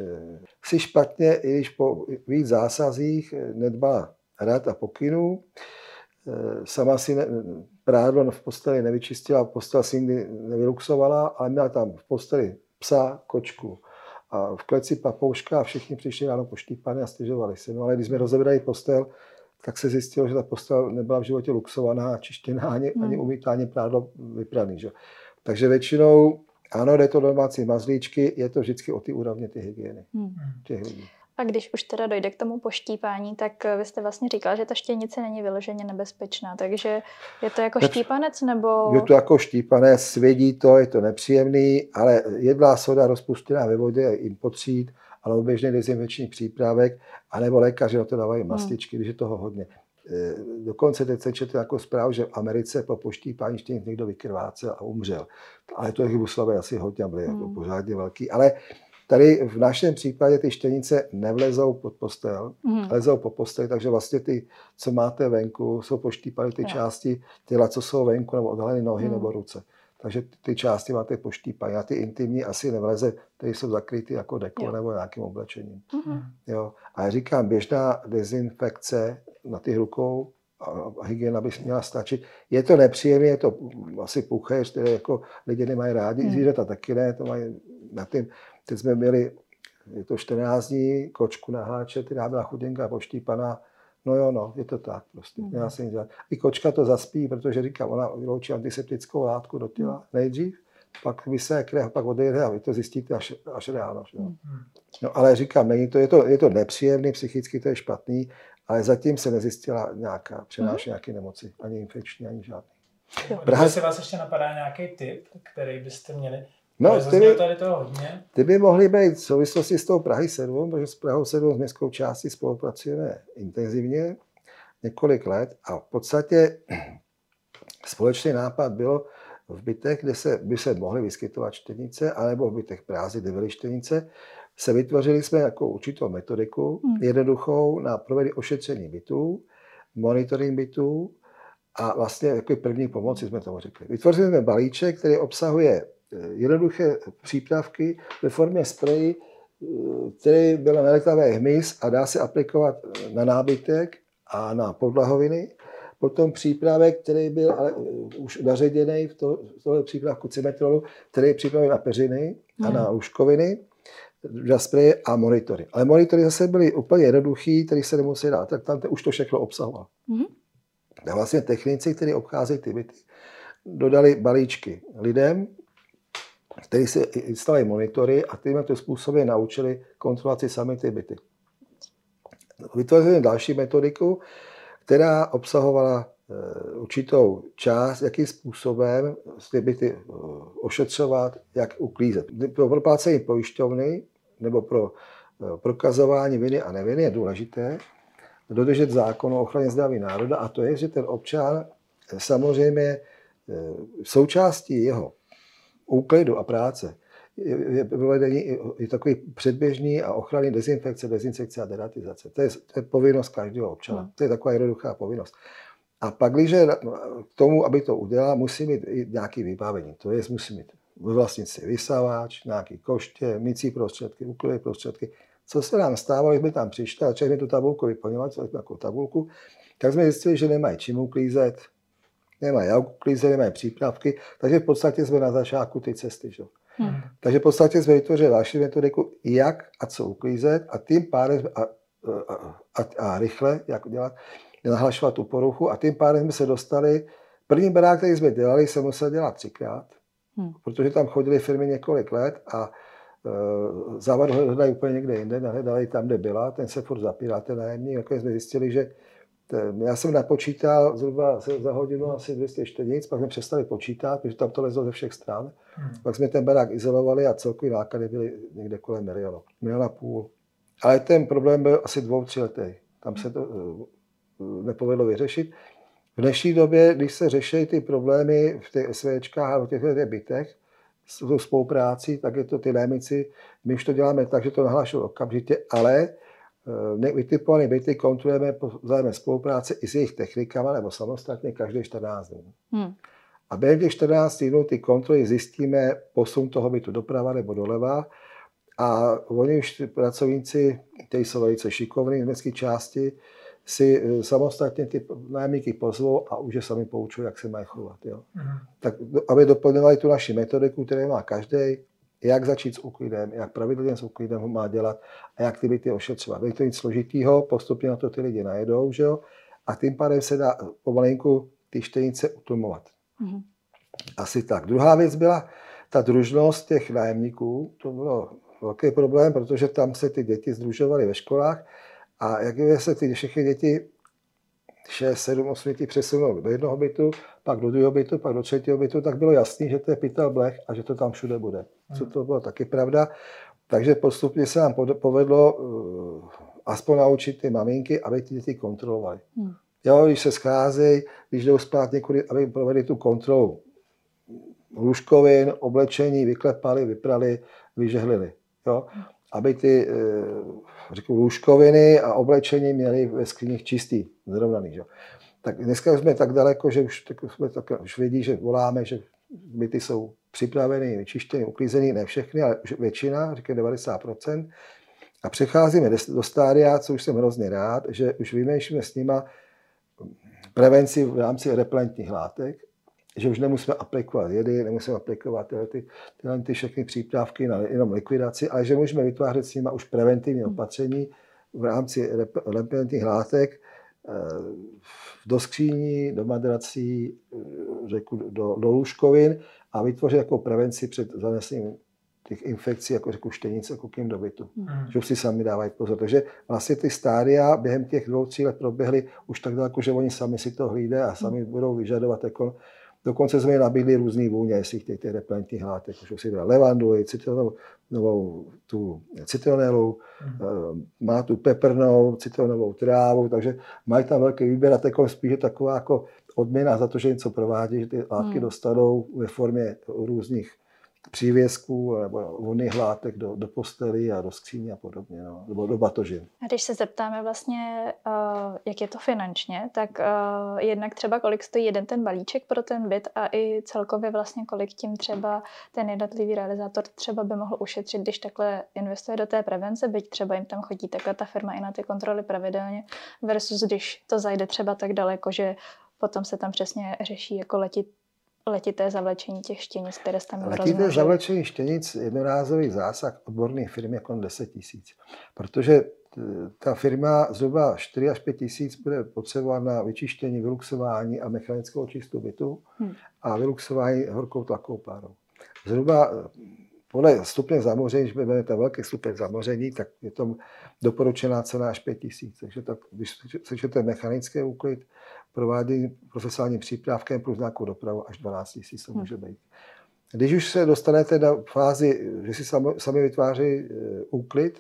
si špatně, i když po víc zásazích nedbala rad a pokynů, sama si prádlo v posteli nevyčistila, postel si nikdy nevyluxovala, ale měla tam v posteli psa, kočku a v kleci papouška a všichni přišli ráno poštípané a stěžovali se. No ale když jsme rozebrali postel, tak se zjistilo, že ta postel nebyla v životě luxovaná, čištěná, ani umytá, ani prádlo vypraný. Že? Takže většinou, ano, jde to domácí mazlíčky, je to vždycky o ty úrovně ty hygieny těch lidí. A když už teda dojde k tomu poštípání, tak vy jste vlastně říkal, že ta štěnice není vyloženě nebezpečná, takže je to jako štípanec nebo... Je to jako štípanec, svědí to, je to nepříjemný, ale jedlá soda rozpuštěná ve vodě jim potřít, ale běžný dezinfekční přípravek, anebo lékaři na to dávají mastičky, když je toho hodně. Dokonce teď se četl jako zprávu, že v Americe po poštípání štěnic někdo vykrvácel a umřel. Ale to je chybuslavé asi hodně, byly jako pořádně velký. Ale tady v našem případě ty štěnice nevlezou pod postel, lezou po posteli, takže vlastně ty, co máte venku, jsou poštípané ty části těla, co jsou venku, nebo odhalené nohy nebo ruce. Takže ty části máte poštípané. A ty intimní asi nevleze, které jsou zakryty jako deko nebo nějakým oblečením. Jo. A já říkám, běžná dezinfekce na těch rukou a hygiena by měla stačit. Je to nepříjemné, je to asi puchéř, které jako lidi nemají rádi, zvířata taky ne, to mají na tím. Teď jsme měli, je to 14 dní, kočku na háče, která byla chuděnka poštípaná. No jo, no, je to tak prostě. Měla se nic dělat. I kočka to zaspí, protože říkám, ona vyloučí antiseptickou látku do těla nejdřív, pak vysékne, pak odejde a vy to zjistíte až ráno. No, ale říkám, není to, je to nepříjemný, psychicky to je špatný, ale zatím se nezjistila nějaká přenášení nějaké nemoci, ani infekční, ani žádný. Jestli vás ještě napadá nějaký tip, který byste měli? No, ty by mohly být v souvislosti s tou Prahou 7, protože s Prahou 7 s městskou částí spolupracujeme intenzivně několik let a v podstatě společný nápad bylo v bytech, kde by se mohly vyskytovat štěnice, anebo v bytech Prahy, kde byly štěnice, se vytvořili jsme jako určitou metodiku, jednoduchou na provedení ošetření bytů, monitoring bytů a vlastně jako první pomoci jsme tomu řekli. Vytvořili jsme balíček, který obsahuje jednoduché přípravky ve formě spreji, který byl nelétavý hmyz a dá se aplikovat na nábytek a na podlahoviny. Potom přípravek, který byl ale už naředěný v tohle přípravku cimetrolu, který je připraven na peřiny a na lůžkoviny, na spreje a monitory. Ale monitory zase byly úplně jednoduchý, který se nemusí dát, tak tam už to všechno obsahoval. A vlastně technici, kteří obcházejí ty byty, dodali balíčky lidem, kteří si instalují monitory a tímto způsobem naučili kontrolovat si sami ty byty. Vytvořili další metodiku, která obsahovala určitou část, jakým způsobem ty byty ošetřovat, jak uklízet. Pro proplácení pojišťovny nebo pro prokazování viny a neviny je důležité dodržet zákon o ochraně zdraví národa a to je, že ten občan samozřejmě součástí jeho úklidu a práce je provedení i takový předběžný a ochranný dezinfekce a deratizace. To je povinnost každého občana. To je taková jednoduchá povinnost. A pak, když k tomu, aby to udělal, musí mít i nějaké vybavení. To je, musí mít ve vlastnictví vysávač, nějaký koště, mycí prostředky, úklidové prostředky. Co se nám stávalo, když jsme tam přišli a začali tu tabulku vyplňovat, jako tabulku, tak jsme zjistili, že nemají čím uklízet, nemají jak uklízet, nemají přípravky, takže v podstatě jsme na začátku ty cesty. Že? Takže v podstatě jsme vytvořili další metodiku, jak a co uklízet a tím pádem a rychle, jak udělat, nahlašovat tu poruchu a tím pádem jsme se dostali, první barák, který jsme dělali, se musel dělat 3krát, protože tam chodily firmy několik let a závadu hledají úplně někde jinde, nehledali tam, kde byla, ten se furt zapírá, ten nájemník, jako jsme zjistili, že já jsem napočítal zhruba za hodinu asi 200 štěnic, pak jsme přestali počítat, protože tam to lezlo ze všech stran. Pak jsme ten barák izolovali a celkový náklady byly někde kolem 1,5 milionu. Ale ten problém byl asi 2-3 letý. Tam se to nepovedlo vyřešit. V dnešní době, když se řeší ty problémy v těch SVčkách a v těch bytech, s spolupráci, tak je to ty nájemníci. My už to děláme tak, že to nahlašují okamžitě, ale vytipované byty kontrolujeme vzájemné spolupráce i s jejich technikama nebo samostatně každý 14 dnů. A během těch 14 dnů ty kontroly zjistíme posun toho bytu doprava nebo doleva a oni už ty pracovníci, kteří jsou velice šikovní v městské části, si samostatně ty nájemníky pozvou a už je sami poučují, jak se mají chovat. Jo. Tak aby doplňovali tu naši metodiku, kterou má každý, jak začít s úklidem, jak pravidelně s úklidem má dělat a jak ty byty ošetřovat. Není to nic složitýho, postupně na to ty lidi najedou, že jo? A tím pádem se dá pomalinku ty štěnice utlumovat. Asi tak. Druhá věc byla ta družnost těch nájemníků. To bylo velký problém, protože tam se ty děti sdružovaly ve školách a jak se ty všechny děti 6, 7, 8 dětí přesunou do jednoho bytu, pak do druhého bytu, pak do třetího bytu, tak bylo jasný, že to je pytel blech a že to tam všude bude. Co to bylo taky pravda. Takže postupně se nám povedlo aspoň naučit ty maminky, aby ty děti kontrolovaly. Jo, když se scházejí, když jdou spát někudy, aby provedli tu kontrolu lůžkovin, oblečení, vyklepali, vyprali, vyžehlili. Jo? Aby ty lůžkoviny a oblečení měli ve skříních čistý, zrovnaný. Jo? Tak dneska už jsme tak daleko, že už vědí, že voláme, že byty jsou připraveny, vyčištěny, uklízený, ne všechny, ale většina, říkají 90%. A přecházíme do stádia, co už jsem hrozně rád, že už vymýšlíme s nima prevenci v rámci repelentních látek, že už nemusíme aplikovat jedy, nemusíme aplikovat ty všechny přípravky na jenom likvidaci, ale že můžeme vytvářet s nimi už preventivní opatření v rámci repelentních látek do skříní, do madrací, do lůžkovin a vytvořit jako prevenci před zanesením těch infekcí, jako řeknu štěnic, jako kým do bytu. Že už si sami dávají pozor. Takže vlastně ty stádia během těch 2-3 let proběhly už tak daleko, že oni sami si to hlídají a sami budou vyžadovat jako. Dokonce jsme nabídli různý vůně, jestli chtějí ty repelentní látek. Už si dá levanduli, tu citronelu, má tu peprnou, citronovou trávu, takže mají tam velký výběr a takový spíš je taková jako odměna za to, že něco provádí, že ty látky dostanou ve formě různých přívěsků nebo vodných látek do postelí a do skříní a podobně, no, nebo do batožin. A když se zeptáme vlastně, jak je to finančně, tak jednak třeba kolik stojí jeden ten balíček pro ten byt a i celkově vlastně kolik tím třeba ten jednotlivý realizátor třeba by mohl ušetřit, když takhle investuje do té prevence, byť třeba jim tam chodí takhle ta firma i na ty kontroly pravidelně, versus když to zajde třeba tak daleko, že potom se tam přesně řeší jako letité zavlečení těch štěnic, které se tam rozmnoží. Letité zavlečení štěnic, jednorázový zásah odborných firm je kolem 10 000. Protože ta firma zhruba 4 až 5 000 bude potřebovat na vyčištění, vyluxování a mechanickou čistu bytu a vyluxování horkou tlakovou párou. Zhruba podle stupně zamoření, když budeme ten velký stupeň zamoření, tak je to doporučená cena až 5 000. Takže tak, když sečete mechanický úklid, provádí profesionálním přípravkem plus nějakou dopravu až 12 000 to může být. Když už se dostanete na fázi, že si sami vytváří úklid,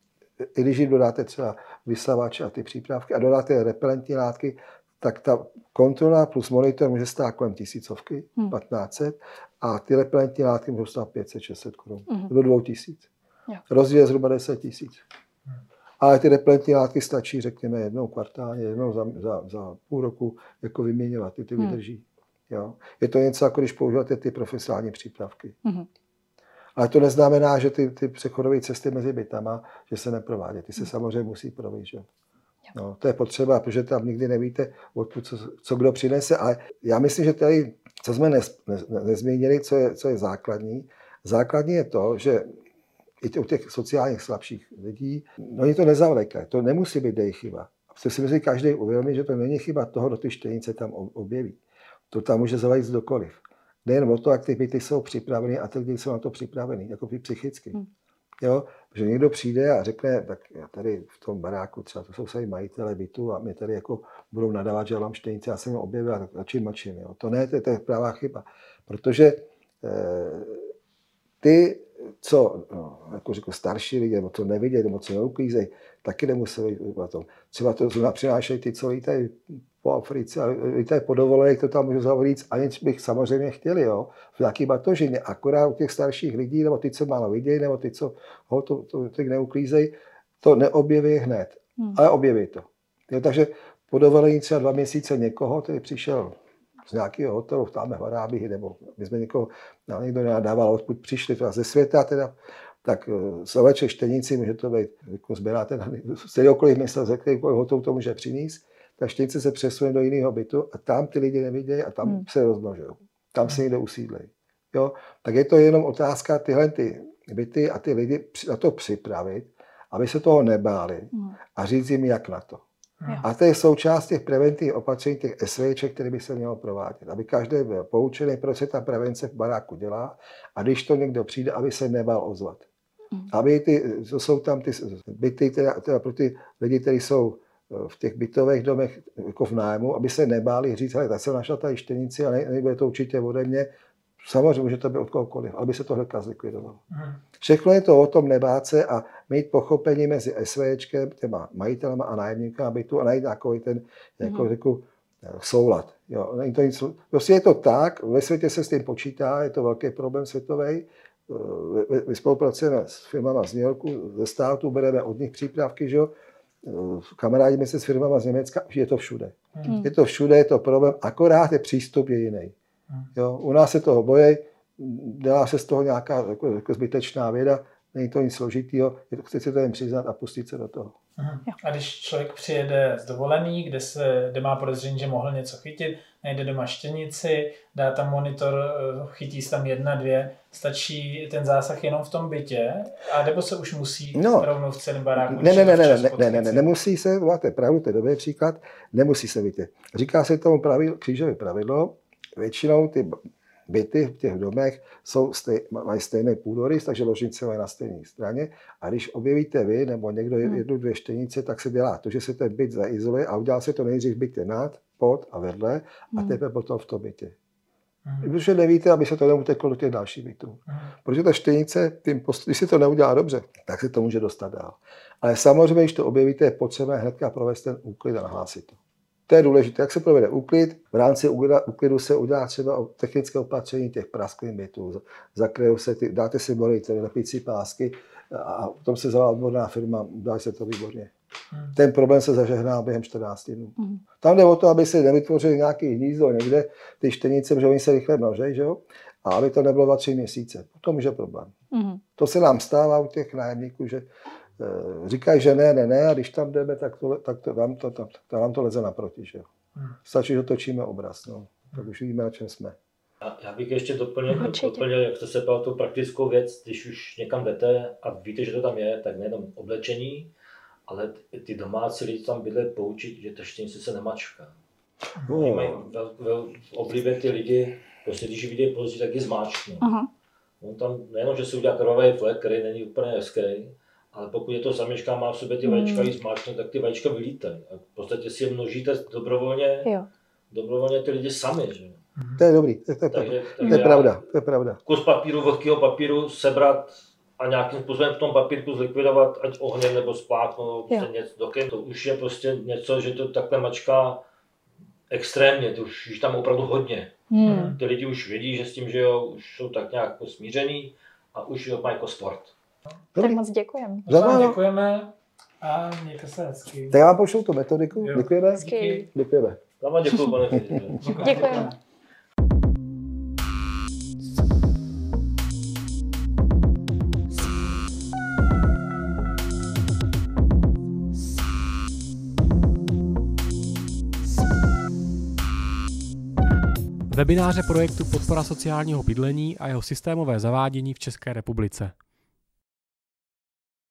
i když jim dodáte třeba vyslavače a ty přípravky a dodáte repelentní látky, tak ta kontrola plus monitor může stát kolem 1000, 1500 a ty repelentní látky můžou stát 500-600 korun do 2000. Rozdíl je zhruba 10 000. Ale ty repelentní látky stačí, řekněme, jednou kvartálně, jednou za půl roku jako vyměňovat, ty vydrží. Jo? Je to něco, jako když používáte ty profesionální přípravky. Ale to neznamená, že ty přechodové cesty mezi bytama, že se neprovádí. Ty se samozřejmě musí provést. No, to je potřeba, protože tam nikdy nevíte, odkud co kdo přinese. Ale já myslím, že tady, co jsme nezmínili, co je základní. Základní je to, že i u těch sociálních slabších lidí, oni to nezavlekají, to nemusí být jejich chyba. A si myslí každý uvědomí, že to není chyba toho, kdo ty štěnice tam objeví. To tam může zavajít kdokoliv. Nejen o to, jak ty byty jsou připraveny a ty lidi jsou na to připravení, jako psychicky. Jo? Že někdo přijde a řekne, tak já tady v tom baráku, třeba to jsou sami majitele bytu a mě tady jako budou nadávat, že já mám štěnice, já jsem ho objevil a začím mlčím. Jo? To ne, to je prává chyba. Protože ty, co jako řekl, starší lidi, nebo co nevidějí, nebo co neuklízejí, taky nemuseli o tom. Třeba to přinášejí ty, co lítají po Africe, ale víte, po dovolených to tam můžu zavodit, aniž bych samozřejmě chtěli, jo, v nějaký batožině, akorát u těch starších lidí, nebo ty, co málo vidějí, nebo ty, co to neuklízejí, to neobjeví hned, ale objeví to. Jo, takže po dovolení třeba 2 měsíce někoho, který přišel z nějakého hotelu, tam v Arábii, nebo my jsme někdo nadával, odkud přišli teda ze světa, teda, tak sloveče štenici, může to být, jako sběráte z kteréhokoliv města, ze kteréhokoliv hotelu to může přinést, ta štenice se přesune do jiného bytu a tam ty lidi nevidějí a tam se rozmnožují. Tam se někde usídlejí. Jo? Tak je to jenom otázka tyhle ty byty a ty lidi na to připravit, aby se toho nebáli a říct jim, jak na to. A to je součást těch preventivních opatření, těch SVČ, které by se mělo provádět. Aby každý byl poučený, proč se ta prevence v baráku dělá a když to někdo přijde, aby se nebál ozvat. Aby to jsou tam ty byty, teda pro ty lidi, kteří jsou v těch bytových domech jako v nájmu, aby se nebáli říct, hele, tak jsem našel tady štenici a nebude to určitě ode mě. Samozřejmě může to být od kohokoliv, aby se tohle zlikvidovalo. Všechno je to o tom nebát se a mít pochopení mezi SVČkem, těma majitelema a nájemníkama bytu a najít takový ten jako řeknu, soulad. Jo, není to nic, prostě je to tak, ve světě se s tím počítá, je to velký problém světový. My spolupracujeme s firmama z New Yorku, ze státu, bereme od nich přípravky, že jo. Kamarádíme se s firmama z Německa, je to všude. Je to všude, je to problém, akorát je přístup je jiný. Jo, u nás se toho bojí, dělá se z toho nějaká jako zbytečná věda, není to nic složitýho, chce si to jen přiznat a pustit se do toho. A když člověk přijede z dovolený, kde má podezření, že mohl něco chytit, najde doma štěnici, dá tam monitor, chytí se tam 1, 2, stačí ten zásah jenom v tom bytě, a nebo se už musí rovnou v celém baráku? Ne, nemusí se, máte pravdu, to je dobrý příklad, nemusí se, víte. Říká se tomu křížové pravidlo, většinou ty byty v těch domech mají stejné půdorys, takže ložnice mají na stejné straně. A když objevíte vy nebo někdo 1, 2 štenice, tak se dělá to, že se ten byt zaizoluje a udělá se to nejdřív v bytě nad, pod a vedle a teprve potom v tom bytě. Protože nevíte, aby se to neuteklo do těch dalších bytů. Protože ta štenice, když se to neudělá dobře, tak se to může dostat dál. Ale samozřejmě, když to objevíte, je potřeba hnedka provést ten úklid a nahlásit to. To je důležité, jak se provede úklid. V rámci úklidu se udělá třeba technické opatření těch prasklin bytů. Zakryjou se, dáte si monitory, lepící pásky a potom se zavolá odborná firma, dá se to výborně. Ten problém se zažehná během 14 dnů. Tam jde o to, aby se nevytvořili nějaký hnízdo někde, ty štenice, protože oni se rychle množejí, že jo? A aby to nebylo 2-3 měsíce. Potom už je problém. To se nám stává u těch nájemníků, že říkají, že ne, a když tam jdeme, tak nám to leze naproti. Že jo. Stačí, že točíme obraz, no. Tak už víme, na čem jsme. Já bych ještě doplnil, jak jste se ptal tu praktickou věc, když už někam jdete a víte, že to tam je, tak nejenom oblečení, ale ty domácí lidi tam byli poučit, že ta štenice se nemačká. Oni mají v oblibě ty lidi, prostě když ji vidějí pozdě, tak ji zmáčknou. On tam nejenom, že si udělá krvavý flek, který není úplně hezký, ale pokud je to samička, má v sobě ty vajíčka jí zmáčknout, tak ty vajíčka vylítají. A v podstatě si je množíte dobrovolně ty lidi sami. Že? To je dobrý, to je pravda. Kus papíru, vlhkého papíru sebrat a nějakým způsobem v tom papírku zlikvidovat, ať ohněm nebo spláchnout, něco dokem. To už je prostě něco, že to takhle mačká extrémně, to už je tam opravdu hodně. Ty lidi už vědí, že s tím, že jo, už jsou tak nějak smířený a už ho mají jako sport. Tak moc děkujeme. Děkujeme a mějte se hezky. Tak já vám pošlu tu metodiku. Jo. Děkujeme. Děkujeme. Já vám děkuju, pane Děkujeme. Webináře projektu Podpora sociálního bydlení a jeho systémové zavádění v České republice.